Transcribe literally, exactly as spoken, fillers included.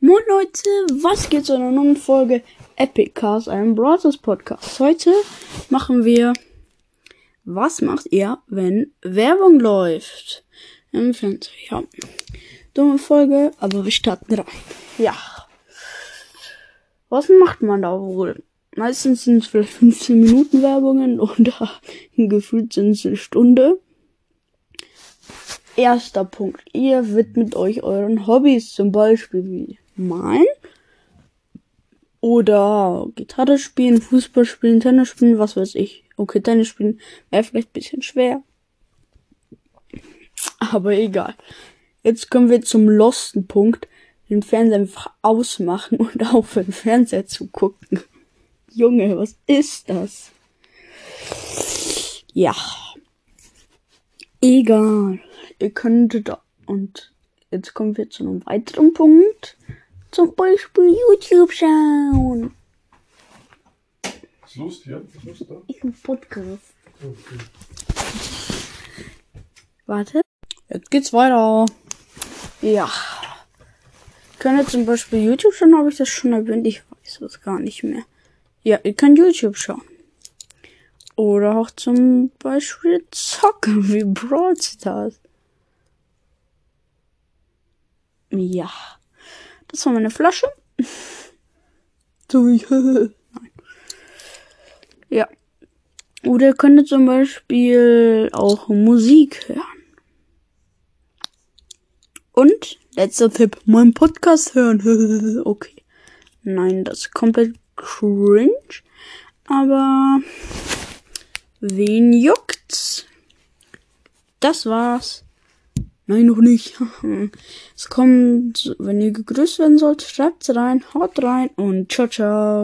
Moin Leute, was geht zu einer neuen Folge Epic Cast, einem Brawl Stars Podcast. Heute machen wir, was macht ihr, wenn Werbung läuft im Fernsehen? Ja, dumme Folge, aber wir starten rein. Ja, was macht man da wohl? Meistens sind es vielleicht fünfzehn Minuten Werbungen oder gefühlt sind es eine Stunde. Erster Punkt. Ihr widmet euch euren Hobbys, zum Beispiel wie Malen oder Gitarre spielen, Fußball spielen, Tennis spielen, was weiß ich. Okay, Tennis spielen wäre vielleicht ein bisschen schwer. Aber egal. Jetzt kommen wir zum losten Punkt. Den Fernseher einfach ausmachen und aufhören, Fernseher zu gucken. Junge, was ist das? Ja. Egal. Ihr könntet da. Und jetzt kommen wir zu einem weiteren Punkt. Zum Beispiel YouTube schauen. Was ist los hier? Was ist los da? Ich bin Podcast. Okay. Warte. Jetzt geht's weiter. Ja. Könnt ihr zum Beispiel YouTube schauen? Habe ich das schon erwähnt? Ich weiß es gar nicht mehr. Ja, ihr könnt YouTube schauen. Oder auch zum Beispiel zocken wie Brawl Stars. Ja. Das war meine Flasche. So wie, nein. Ja. Oder ihr könnt zum Beispiel auch Musik hören. Und, letzter Tipp, meinen Podcast hören. Okay. Nein, das ist komplett cringe. Aber, wen juckt's? Das war's. Nein, noch nicht. Es kommt, wenn ihr gegrüßt werden sollt, schreibt's rein, haut rein und ciao, ciao.